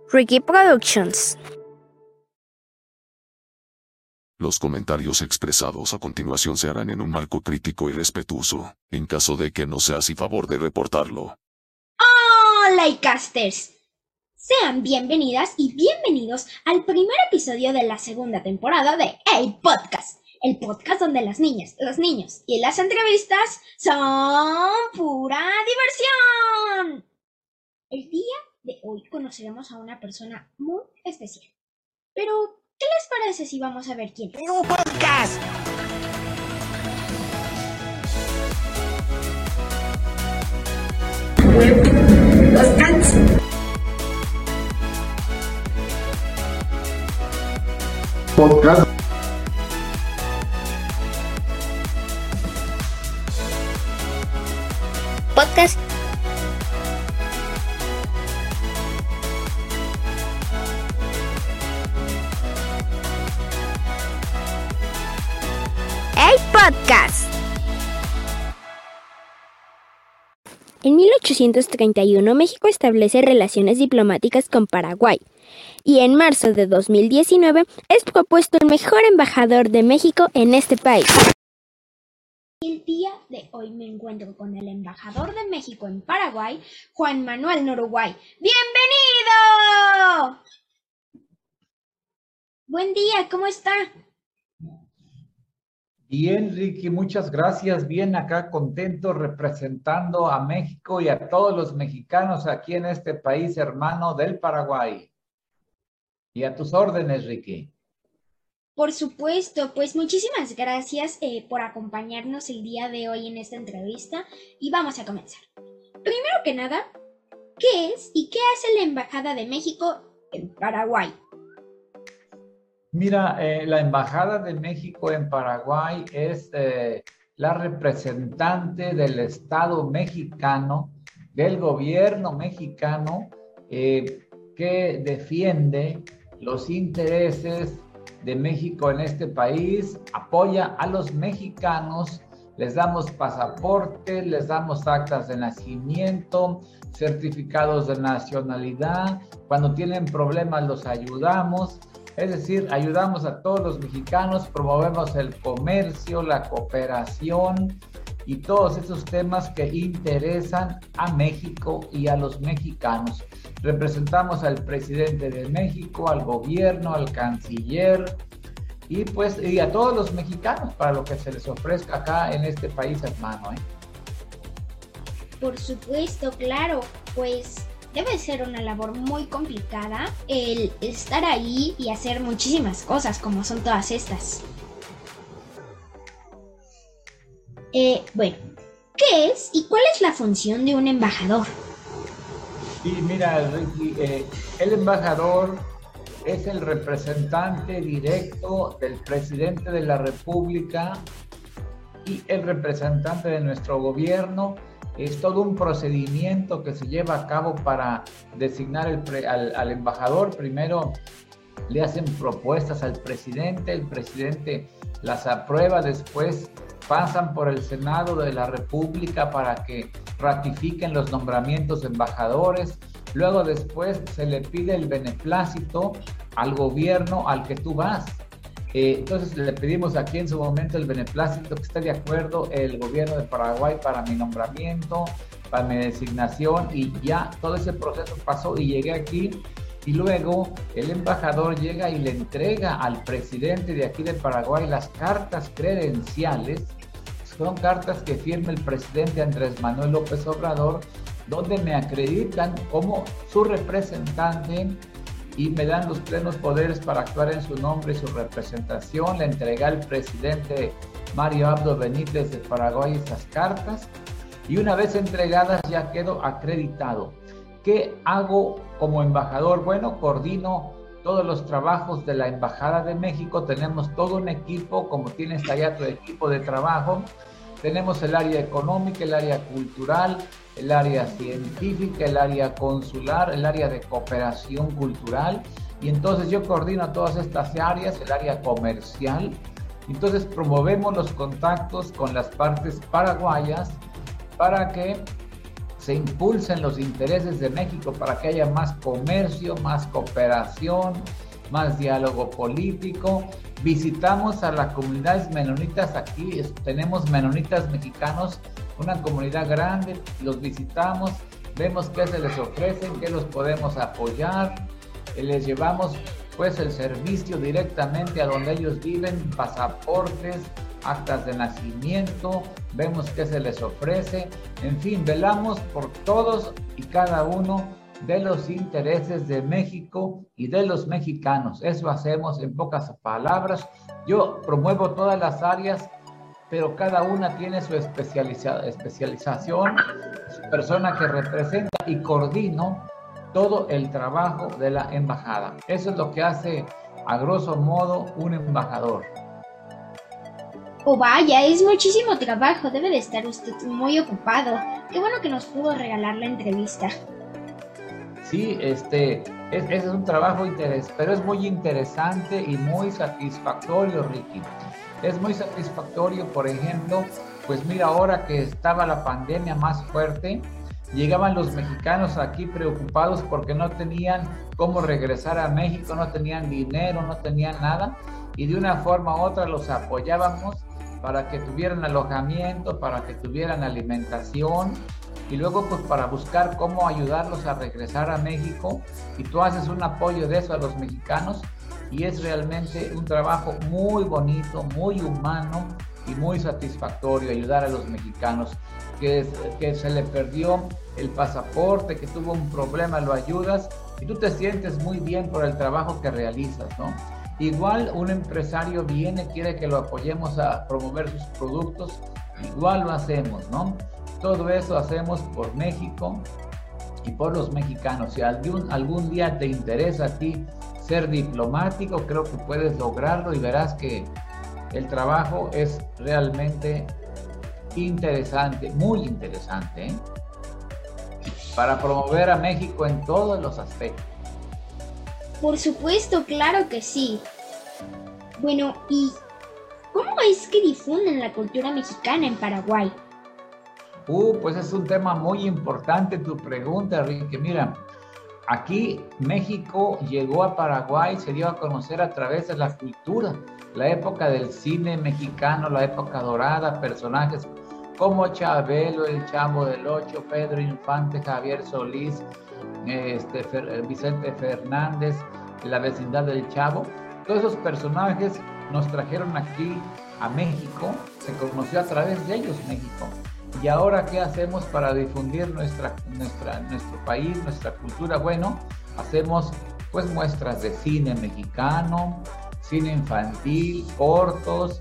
Ricky Productions. Los comentarios expresados a continuación se harán en un marco crítico y respetuoso, en caso de que no sea así favor de reportarlo. ¡Hola, iCasters! Sean bienvenidas y bienvenidos al primer episodio de la segunda temporada de El Podcast. El podcast donde las niñas, los niños y las entrevistas son pura diversión. El día de hoy conoceremos a una persona muy especial. Pero, ¿qué les parece si vamos a ver quién es? ¡Un podcast! Podcast. Podcast. El Podcast. En 1831, México establece relaciones diplomáticas con Paraguay y en marzo de 2019 es propuesto el mejor embajador de México en este país. El día de hoy me encuentro con el embajador de México en Paraguay, Juan Manuel Noruguay. ¡Bienvenido! Buen día, ¿cómo está? Bien, Ricky, muchas gracias. Bien, acá contento representando a México y a todos los mexicanos aquí en este país hermano del Paraguay. Y a tus órdenes, Ricky. Por supuesto, pues muchísimas gracias por acompañarnos el día de hoy en esta entrevista y vamos a comenzar. Primero que nada, ¿qué es y qué hace la Embajada de México en Paraguay? Mira, la Embajada de México en Paraguay es la representante del Estado mexicano, del gobierno mexicano, que defiende los intereses de México en este país, apoya a los mexicanos, les damos pasaporte, les damos actas de nacimiento, certificados de nacionalidad, cuando tienen problemas los ayudamos. Es decir, ayudamos a todos los mexicanos, promovemos el comercio, la cooperación y todos esos temas que interesan a México y a los mexicanos. Representamos al presidente de México, al gobierno, al canciller y a todos los mexicanos para lo que se les ofrezca acá en este país hermano. Por supuesto, claro, pues debe ser una labor muy complicada el estar ahí y hacer muchísimas cosas como son todas estas. Bueno, ¿qué es y cuál es la función de un embajador? Sí, mira, Ricky, el embajador es el representante directo del presidente de la República y el representante de nuestro gobierno. Es todo un procedimiento que se lleva a cabo para designar al embajador. Primero le hacen propuestas al presidente, el presidente las aprueba, después pasan por el Senado de la República para que ratifiquen los nombramientos de embajadores. Luego después se le pide el beneplácito al gobierno al que tú vas. Entonces le pedimos aquí en su momento el beneplácito, que esté de acuerdo el gobierno de Paraguay para mi nombramiento, para mi designación, y ya todo ese proceso pasó y llegué aquí. Y luego el embajador llega y le entrega al presidente de aquí de Paraguay las cartas credenciales. Son cartas que firma el presidente Andrés Manuel López Obrador, donde me acreditan como su representante y me dan los plenos poderes para actuar en su nombre y su representación. Le entregué al presidente Mario Abdo Benítez de Paraguay esas cartas y una vez entregadas ya quedo acreditado. ¿Qué hago como embajador? Bueno, coordino todos los trabajos de la Embajada de México. Tenemos todo un equipo, como tienes allá tu equipo de trabajo. Tenemos el área económica, el área cultural, el área científica, el área consular, el área de cooperación cultural. Y entonces yo coordino todas estas áreas, el área comercial. Entonces promovemos los contactos con las partes paraguayas para que se impulsen los intereses de México para que haya más comercio, más cooperación, más diálogo político. Visitamos a las comunidades menonitas aquí, tenemos menonitas mexicanos, una comunidad grande, los visitamos, vemos qué se les ofrecen, qué los podemos apoyar, les llevamos pues el servicio directamente a donde ellos viven, pasaportes, actas de nacimiento, vemos qué se les ofrece, en fin, velamos por todos y cada uno de los intereses de México y de los mexicanos. Eso hacemos en pocas palabras. Yo promuevo todas las áreas, pero cada una tiene su especialización, su persona que representa, y coordino todo el trabajo de la embajada. Eso es lo que hace, a grosso modo, un embajador. Oh, vaya, es muchísimo trabajo. Debe de estar usted muy ocupado. Qué bueno que nos pudo regalar la entrevista. Sí, ese es un trabajo pero es muy interesante y muy satisfactorio, Ricky. Es muy satisfactorio, por ejemplo, pues mira, ahora que estaba la pandemia más fuerte, llegaban los mexicanos aquí preocupados porque no tenían cómo regresar a México, no tenían dinero, no tenían nada, y de una forma u otra los apoyábamos para que tuvieran alojamiento, para que tuvieran alimentación, y luego pues para buscar cómo ayudarlos a regresar a México, y tú haces un apoyo de eso a los mexicanos, y es realmente un trabajo muy bonito, muy humano y muy satisfactorio ayudar a los mexicanos que se le perdió el pasaporte, que tuvo un problema, lo ayudas y tú te sientes muy bien por el trabajo que realizas, ¿no? Igual un empresario viene, quiere que lo apoyemos a promover sus productos, igual lo hacemos, ¿no? Todo eso hacemos por México y por los mexicanos. Si algún día te interesa a ti ser diplomático, creo que puedes lograrlo y verás que el trabajo es realmente interesante, muy interesante, ¿eh? Para promover a México en todos los aspectos. Por supuesto, claro que sí. Bueno, ¿y cómo es que difunden la cultura mexicana en Paraguay? Pues es un tema muy importante tu pregunta, Ricky. Mira, aquí México llegó a Paraguay, se dio a conocer a través de la cultura, la época del cine mexicano, la época dorada, personajes como Chabelo, el Chavo del Ocho, Pedro Infante, Javier Solís, Vicente Fernández, La Vecindad del Chavo. Todos esos personajes nos trajeron aquí a México, se conoció a través de ellos México. Y ahora, ¿qué hacemos para difundir nuestro país, nuestra cultura? Bueno, hacemos pues muestras de cine mexicano, cine infantil, cortos,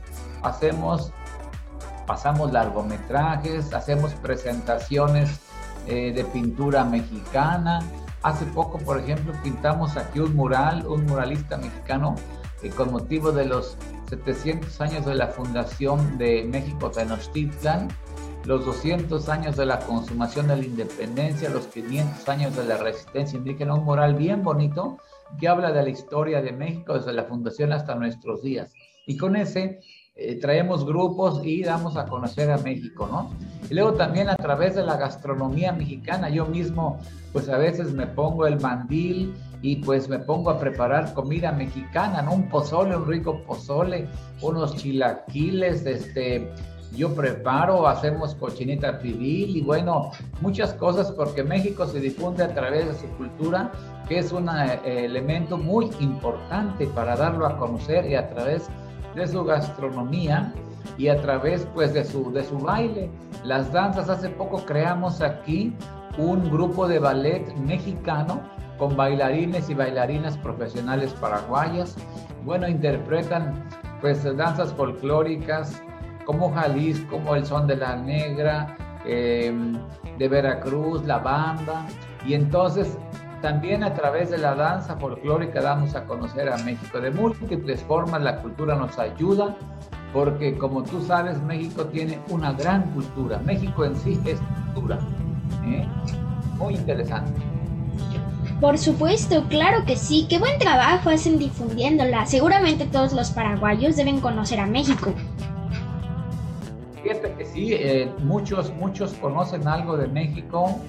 pasamos largometrajes, hacemos presentaciones de pintura mexicana. Hace poco, por ejemplo, pintamos aquí un muralista mexicano con motivo de los 700 años de la fundación de México Tenochtitlan, los 200 años de la consumación de la independencia, los 500 años de la resistencia indígena, un mural bien bonito que habla de la historia de México desde la fundación hasta nuestros días. Y con ese traemos grupos y damos a conocer a México, ¿no? Y luego también a través de la gastronomía mexicana, yo mismo pues a veces me pongo el mandil y pues me pongo a preparar comida mexicana, ¿no? Un pozole, un rico pozole, unos chilaquiles, yo preparo, hacemos cochinita pibil y bueno, muchas cosas porque México se difunde a través de su cultura, que es un elemento muy importante para darlo a conocer, y a través de su gastronomía y a través pues de su baile, las danzas. Hace poco creamos aquí un grupo de ballet mexicano con bailarines y bailarinas profesionales paraguayas. Bueno, interpretan pues danzas folclóricas como Jalisco, como el son de la negra, de Veracruz, la bamba, y entonces también a través de la danza folclórica damos a conocer a México. De múltiples formas la cultura nos ayuda, porque como tú sabes, México tiene una gran cultura. México en sí es cultura, muy interesante. Por supuesto, claro que sí. Qué buen trabajo hacen difundiéndola. Seguramente todos los paraguayos deben conocer a México. Fíjate que sí, muchos conocen algo de México,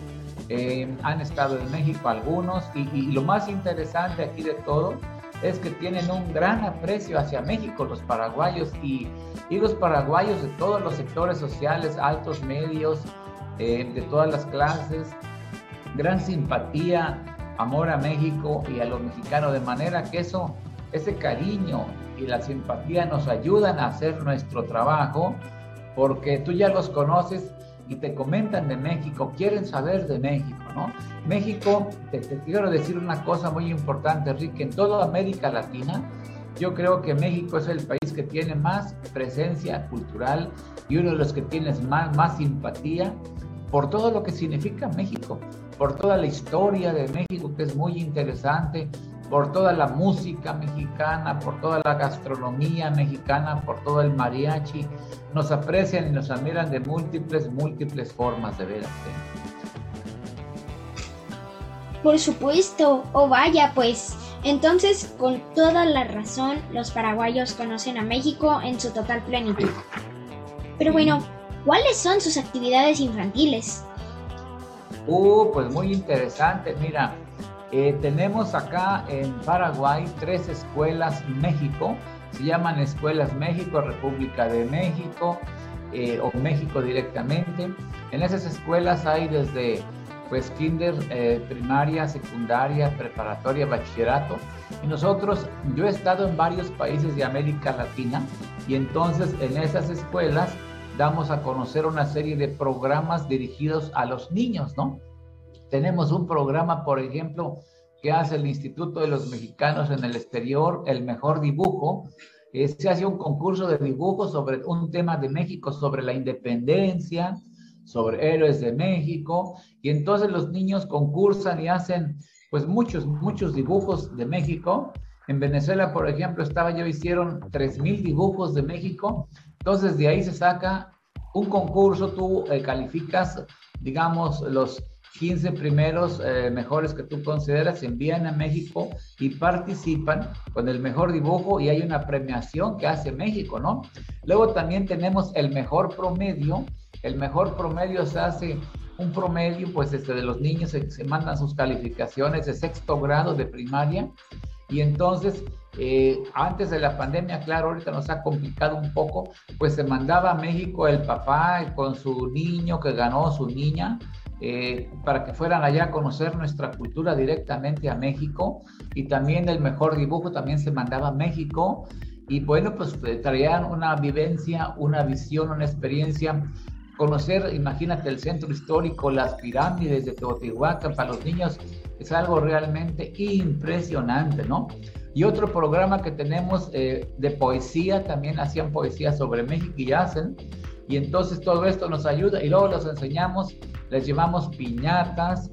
han estado en México algunos, y lo más interesante aquí de todo es que tienen un gran aprecio hacia México los paraguayos, y los paraguayos de todos los sectores sociales, altos, medios, de todas las clases, gran simpatía, amor a México y a los mexicanos, de manera que ese cariño y la simpatía nos ayudan a hacer nuestro trabajo, porque tú ya los conoces y te comentan de México, quieren saber de México, ¿no? México, te quiero decir una cosa muy importante, Enrique, en toda América Latina, yo creo que México es el país que tiene más presencia cultural y uno de los que tiene más simpatía por todo lo que significa México, por toda la historia de México, que es muy interesante, por toda la música mexicana, por toda la gastronomía mexicana, por todo el mariachi. Nos aprecian y nos admiran de múltiples formas, de veras. Por supuesto, vaya, pues entonces con toda la razón los paraguayos conocen a México en su total plenitud. Pero bueno, ¿cuáles son sus actividades infantiles? Pues muy interesante, mira. Tenemos acá en Paraguay 3 escuelas México, se llaman Escuelas México, República de México, o México directamente. En esas escuelas hay desde pues kinder, primaria, secundaria, preparatoria, bachillerato. Y yo he estado en varios países de América Latina, y entonces en esas escuelas damos a conocer una serie de programas dirigidos a los niños, ¿no? Tenemos un programa, por ejemplo, que hace el Instituto de los Mexicanos en el Exterior, El Mejor Dibujo. Se hace un concurso de dibujo sobre un tema de México, sobre la independencia, sobre héroes de México, y entonces los niños concursan y hacen pues muchos dibujos de México. En Venezuela, por ejemplo, hicieron 3,000 dibujos de México. Entonces de ahí se saca un concurso, tú calificas, digamos, los 15 primeros mejores que tú consideras, se envían a México y participan con el mejor dibujo, y hay una premiación que hace México, ¿no? Luego también tenemos el mejor promedio. El mejor promedio se hace un promedio, pues de los niños se mandan sus calificaciones de 6º grado de primaria, y entonces antes de la pandemia, claro, ahorita nos ha complicado un poco, pues se mandaba a México el papá con su niño que ganó, su niña, para que fueran allá a conocer nuestra cultura directamente a México, y también el mejor dibujo también se mandaba a México, y bueno, pues traían una vivencia, una visión, una experiencia, conocer, imagínate, el centro histórico, las pirámides de Teotihuacán. Para los niños es algo realmente impresionante, ¿no? Y otro programa que tenemos de poesía, también hacían poesía sobre México y hacen, y entonces todo esto nos ayuda, y luego los enseñamos, les llevamos piñatas,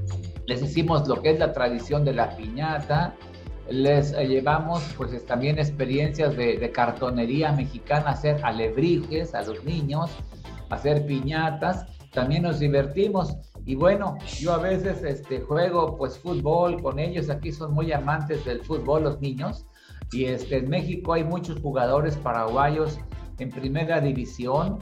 les decimos lo que es la tradición de la piñata, les llevamos pues también experiencias de cartonería mexicana, hacer alebrijes a los niños, hacer piñatas, también nos divertimos. Y bueno, yo a veces juego pues fútbol con ellos, aquí son muy amantes del fútbol los niños, y en México hay muchos jugadores paraguayos en primera división,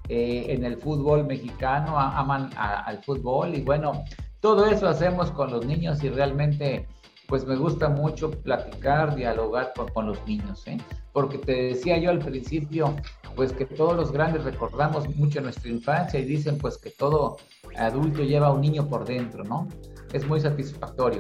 en el fútbol mexicano, aman al fútbol, y bueno, todo eso hacemos con los niños, y realmente pues me gusta mucho platicar, dialogar con los niños, porque te decía yo al principio, pues que todos los grandes recordamos mucho nuestra infancia, y dicen pues que todo adulto lleva un niño por dentro, ¿no? Es muy satisfactorio.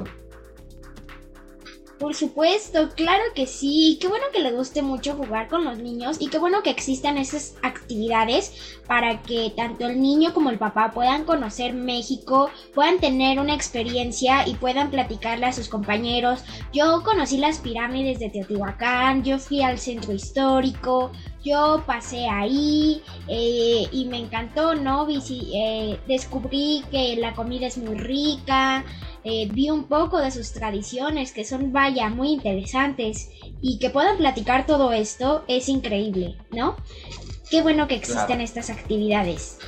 Por supuesto, claro que sí. Qué bueno que les guste mucho jugar con los niños, y qué bueno que existan esas actividades para que tanto el niño como el papá puedan conocer México, puedan tener una experiencia y puedan platicarle a sus compañeros. Yo conocí las pirámides de Teotihuacán, yo fui al centro histórico, yo pasé ahí y me encantó, ¿no? Descubrí que la comida es muy rica. Vi un poco de sus tradiciones, que son, vaya, muy interesantes, y que puedan platicar todo esto es increíble, ¿no? Qué bueno que existen estas actividades.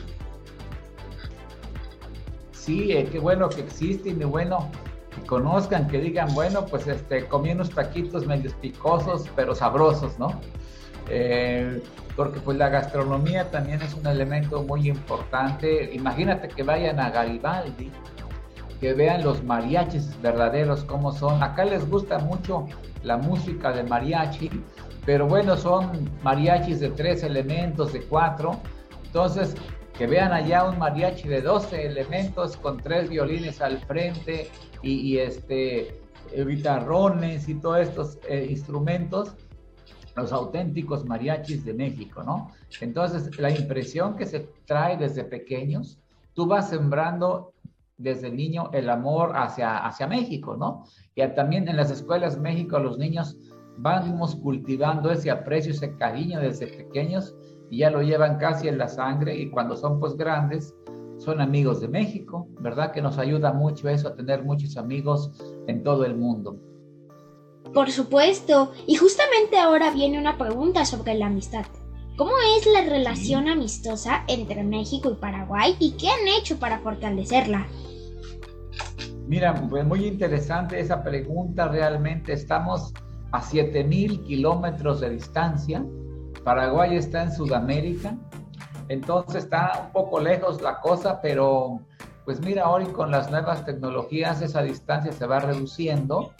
Sí, qué bueno que existen, y bueno, que conozcan, que digan, bueno, pues comí unos taquitos medios picosos, pero sabrosos, ¿no? Porque pues la gastronomía también es un elemento muy importante. Imagínate que vayan a Garibaldi, que vean los mariachis verdaderos cómo son. Acá les gusta mucho la música de mariachi, pero bueno, son mariachis de 3 elementos, de 4. Entonces, que vean allá un mariachi de 12 elementos con 3 violines al frente y guitarrones y todos estos instrumentos, los auténticos mariachis de México, ¿no? Entonces, la impresión que se trae desde pequeños, tú vas sembrando desde niño el amor hacia México, ¿no? Y también en las escuelas México los niños vamos cultivando ese aprecio, ese cariño desde pequeños y ya lo llevan casi en la sangre y cuando son pues grandes son amigos de México, ¿verdad? Que nos ayuda mucho eso, a tener muchos amigos en todo el mundo. Por supuesto, y justamente ahora viene una pregunta sobre la amistad. ¿Cómo es la relación amistosa entre México y Paraguay y qué han hecho para fortalecerla? Mira, pues muy interesante esa pregunta, realmente estamos a 7,000 kilómetros de distancia, Paraguay está en Sudamérica, entonces está un poco lejos la cosa, pero pues mira, hoy con las nuevas tecnologías esa distancia se va reduciendo,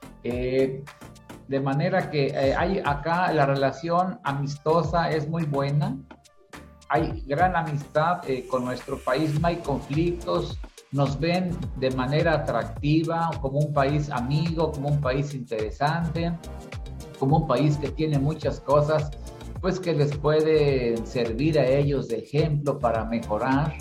de manera que hay acá la relación amistosa es muy buena, hay gran amistad con nuestro país, no hay conflictos, nos ven de manera atractiva, como un país amigo, como un país interesante, como un país que tiene muchas cosas, pues que les puede servir a ellos de ejemplo para mejorar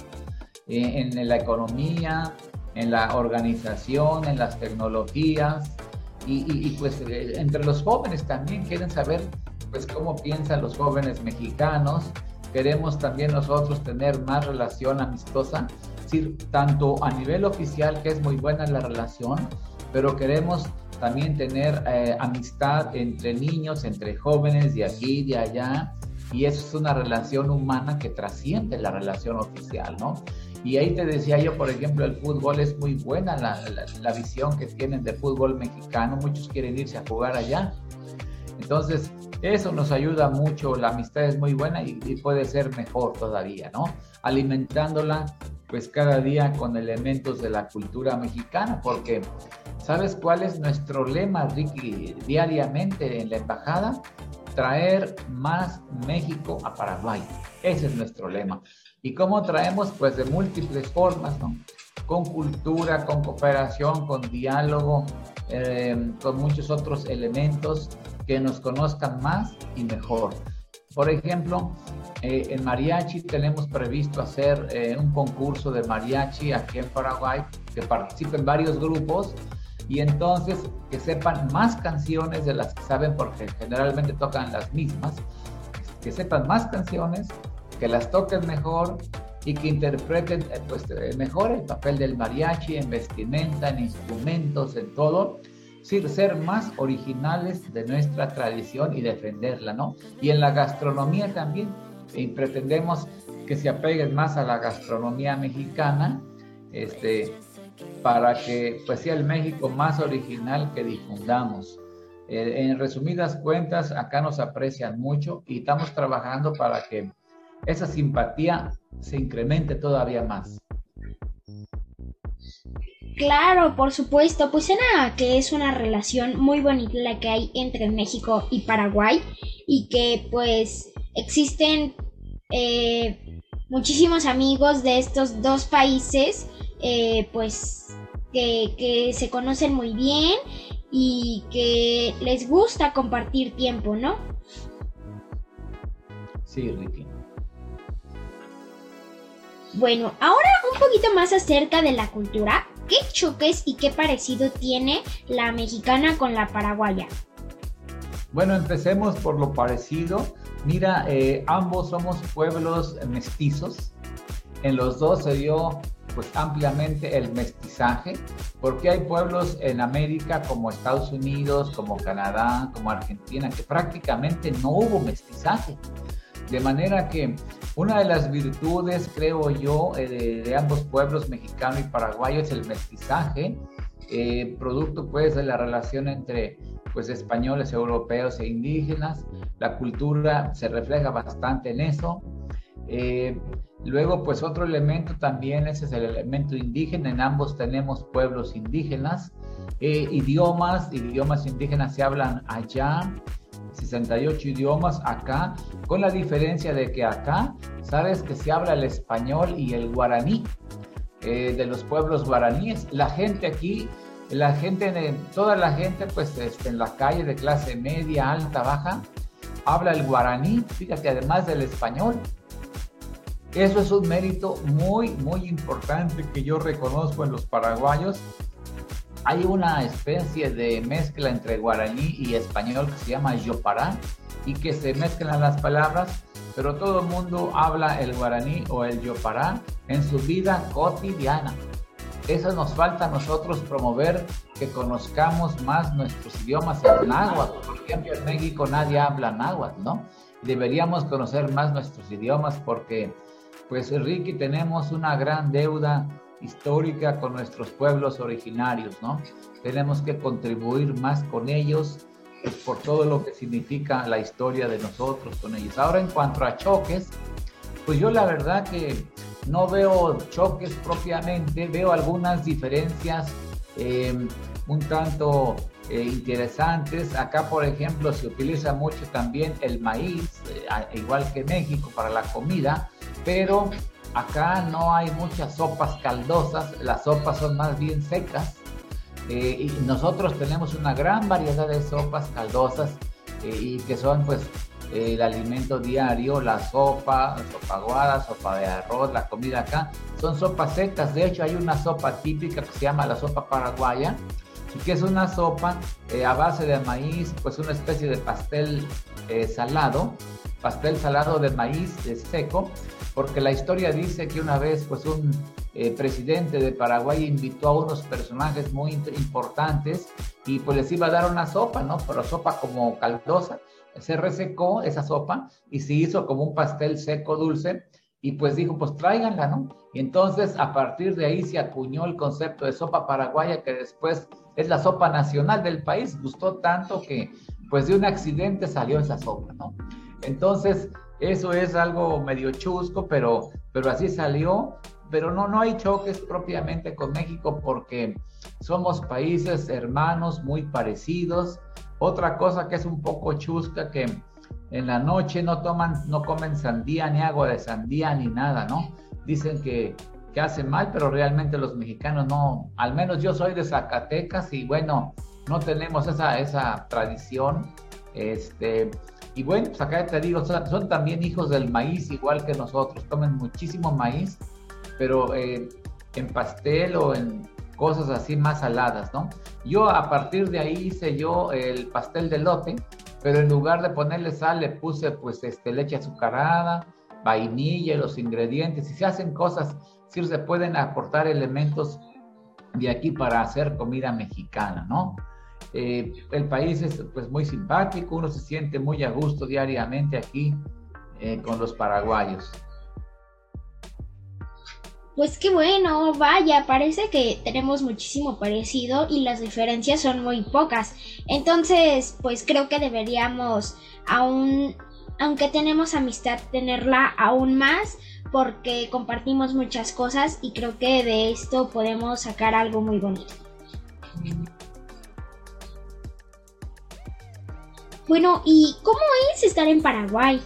en la economía, en la organización, en las tecnologías, y pues entre los jóvenes también quieren saber pues cómo piensan los jóvenes mexicanos. Queremos también nosotros tener más relación amistosa, es decir, tanto a nivel oficial, que es muy buena la relación, pero queremos también tener amistad entre niños, entre jóvenes de aquí y de allá, y eso es una relación humana que trasciende la relación oficial, ¿no? Y ahí te decía yo, por ejemplo, el fútbol es muy buena, la visión que tienen de fútbol mexicano, muchos quieren irse a jugar allá. Entonces, eso nos ayuda mucho, la amistad es muy buena y puede ser mejor todavía, ¿no? Alimentándola, pues cada día con elementos de la cultura mexicana, porque ¿sabes cuál es nuestro lema, Ricky, diariamente en la embajada? Traer más México a Paraguay. Ese es nuestro lema. ¿Y cómo traemos? Pues de múltiples formas, ¿no? Con cultura, con cooperación, con diálogo, con muchos otros elementos que nos conozcan más y mejor. Por ejemplo, en mariachi tenemos previsto hacer un concurso de mariachi aquí en Paraguay, que participen varios grupos y entonces que sepan más canciones de las que saben, porque generalmente tocan las mismas, que sepan más canciones, que las toquen mejor y que interpreten pues, mejor el papel del mariachi en vestimenta, en instrumentos, en todo. Sí, ser más originales de nuestra tradición y defenderla, ¿no? Y en la gastronomía también, pretendemos que se apeguen más a la gastronomía mexicana, para que pues sea el México más original que difundamos. En resumidas cuentas, acá nos aprecian mucho y estamos trabajando para que esa simpatía se incremente todavía más. Claro, por supuesto, pues suena que es una relación muy bonita la que hay entre México y Paraguay y que pues existen muchísimos amigos de estos dos países pues que se conocen muy bien y que les gusta compartir tiempo, ¿no? Sí, Ricky. Bueno, ahora un poquito más acerca de la cultura. ¿Qué choques y qué parecido tiene la mexicana con la paraguaya? Bueno, empecemos por lo parecido. Mira, ambos somos pueblos mestizos. En los dos se dio pues ampliamente el mestizaje, porque hay pueblos en América como Estados Unidos, como Canadá, como Argentina, que prácticamente no hubo mestizaje. De manera que una de las virtudes, creo yo, de ambos pueblos, mexicano y paraguayo, es el mestizaje, producto pues de la relación entre pues españoles, europeos e indígenas. La cultura se refleja bastante en eso. Luego, pues otro elemento también, ese es el elemento indígena. En ambos tenemos pueblos indígenas. Idiomas indígenas se hablan allá, 68 idiomas acá, con la diferencia de que acá, sabes que se habla el español y el guaraní, de los pueblos guaraníes. La gente aquí, toda la gente, pues en la calle de clase media, alta, baja, habla el guaraní, fíjate, además del español. Eso es un mérito muy, muy importante que yo reconozco en los paraguayos. Hay una especie de mezcla entre guaraní y español que se llama yopará y que se mezclan las palabras, pero todo el mundo habla el guaraní o el yopará en su vida cotidiana. Eso nos falta a nosotros promover, que conozcamos más nuestros idiomas en náhuatl. Por ejemplo, en México nadie habla náhuatl, ¿no? Deberíamos conocer más nuestros idiomas porque, pues, Ricky, tenemos una gran deuda histórica con nuestros pueblos originarios, ¿no? Tenemos que contribuir más con ellos, pues, por todo lo que significa la historia de nosotros con ellos. Ahora, en cuanto a choques, pues yo la verdad que no veo choques propiamente, veo algunas diferencias un tanto interesantes. Acá, por ejemplo, se utiliza mucho también el maíz, igual que México, para la comida, pero acá no hay muchas sopas caldosas, las sopas son más bien secas, y nosotros tenemos una gran variedad de sopas caldosas y que son pues el alimento diario, la sopa aguada, sopa de arroz, la comida acá, son sopas secas. De hecho, hay una sopa típica que se llama la sopa paraguaya, y que es una sopa a base de maíz, pues una especie de pastel salado de maíz seco, porque la historia dice que una vez pues un presidente de Paraguay invitó a unos personajes muy importantes y pues les iba a dar una sopa, ¿no? Pero sopa como caldosa. Se resecó esa sopa y se hizo como un pastel seco dulce y pues dijo, pues tráiganla, ¿no? Y entonces a partir de ahí se acuñó el concepto de sopa paraguaya, que después es la sopa nacional del país. Gustó tanto que pues de un accidente salió esa sopa, ¿no? Entonces eso es algo medio chusco, pero así salió. Pero no hay choques propiamente con México porque somos países hermanos muy parecidos. Otra cosa que es un poco chusca, que en la noche no comen sandía, ni agua de sandía, ni nada, ¿no? Dicen que hace mal, pero realmente los mexicanos no, al menos yo soy de Zacatecas y bueno, no tenemos esa tradición. Y bueno, pues acá te digo, son también hijos del maíz, igual que nosotros, comen muchísimo maíz, pero en pastel o en cosas así más saladas, ¿no? Yo a partir de ahí hice yo el pastel de elote, pero en lugar de ponerle sal le puse pues leche azucarada, vainilla y los ingredientes, y se hacen cosas, sí se pueden aportar elementos de aquí para hacer comida mexicana, ¿no? El país es pues muy simpático, uno se siente muy a gusto diariamente aquí con los paraguayos. Pues qué bueno, vaya, parece que tenemos muchísimo parecido y las diferencias son muy pocas. Entonces, pues creo que deberíamos aunque tenemos amistad, tenerla aún más, porque compartimos muchas cosas y creo que de esto podemos sacar algo muy bonito. Bueno, ¿y cómo es estar en Paraguay?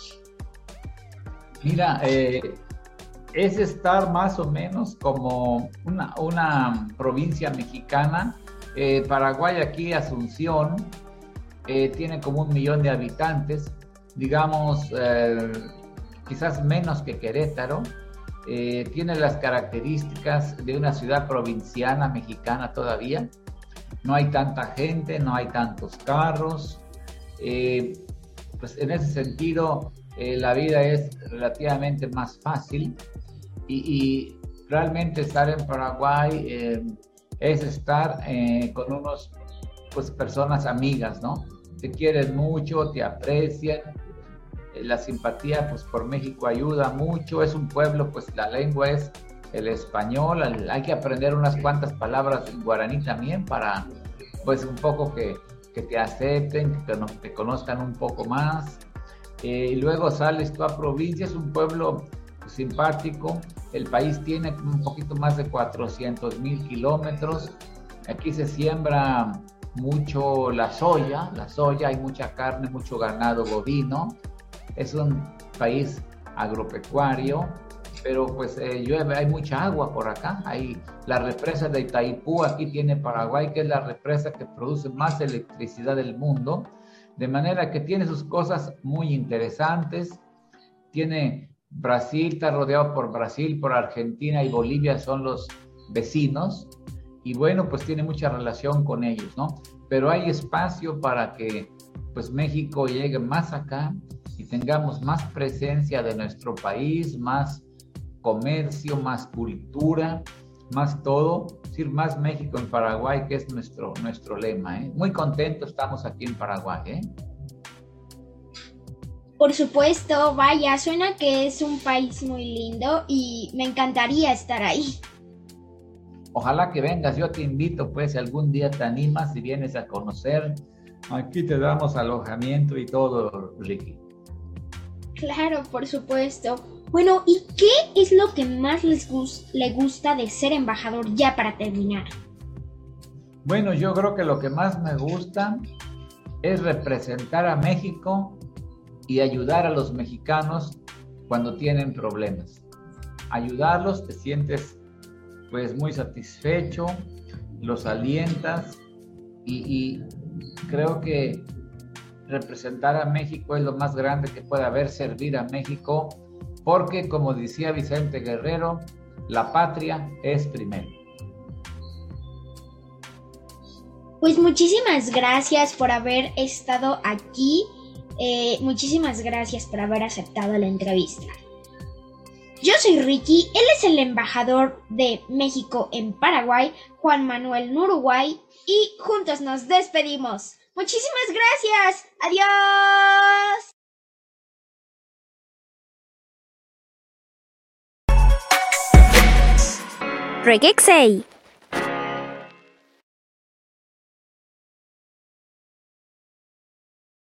Mira, es estar más o menos como una provincia mexicana. Paraguay, aquí Asunción, tiene como 1 millón de habitantes, digamos, quizás menos que Querétaro. Tiene las características de una ciudad provinciana mexicana todavía. No hay tanta gente, no hay tantos carros. Pues en ese sentido la vida es relativamente más fácil y realmente estar en Paraguay es estar con unos pues personas amigas, ¿no? Te quieren mucho, te aprecian, la simpatía pues por México ayuda mucho. Es un pueblo, pues la lengua es el español, hay que aprender unas cuantas palabras en guaraní también para pues un poco que te acepten, que te conozcan un poco más. Y luego sales tú a provincia, es un pueblo simpático. El país tiene un poquito más de 400,000 kilómetros. Aquí se siembra mucho la soya, hay mucha carne, mucho ganado bovino. Es un país agropecuario, pero pues llueve, hay mucha agua por acá. Hay la represa de Itaipú, aquí tiene Paraguay, que es la represa que produce más electricidad del mundo, de manera que tiene sus cosas muy interesantes. Tiene Brasil, está rodeado por Brasil, por Argentina y Bolivia son los vecinos, y bueno, pues tiene mucha relación con ellos, ¿no? Pero hay espacio para que pues México llegue más acá y tengamos más presencia de nuestro país, más comercio, más cultura, más todo, es decir, más México en Paraguay, que es nuestro lema, ¿eh? Muy contentos estamos aquí en Paraguay, ¿eh? Por supuesto, vaya, suena que es un país muy lindo y me encantaría estar ahí. Ojalá que vengas, yo te invito, pues, si algún día te animas y vienes a conocer, aquí te damos alojamiento y todo, Ricky. Claro, por supuesto. Bueno, ¿y qué es lo que más le gusta de ser embajador ya para terminar? Bueno, yo creo que lo que más me gusta es representar a México y ayudar a los mexicanos cuando tienen problemas. Ayudarlos, te sientes pues muy satisfecho, los alientas y creo que representar a México es lo más grande que puede haber, servir a México, porque como decía Vicente Guerrero, la patria es primero. Pues muchísimas gracias por haber estado aquí, muchísimas gracias por haber aceptado la entrevista. Yo soy Ricky, él es el embajador de México en Paraguay, Juan Manuel en Uruguay, y juntos nos despedimos. Muchísimas gracias. Adiós. Regexei.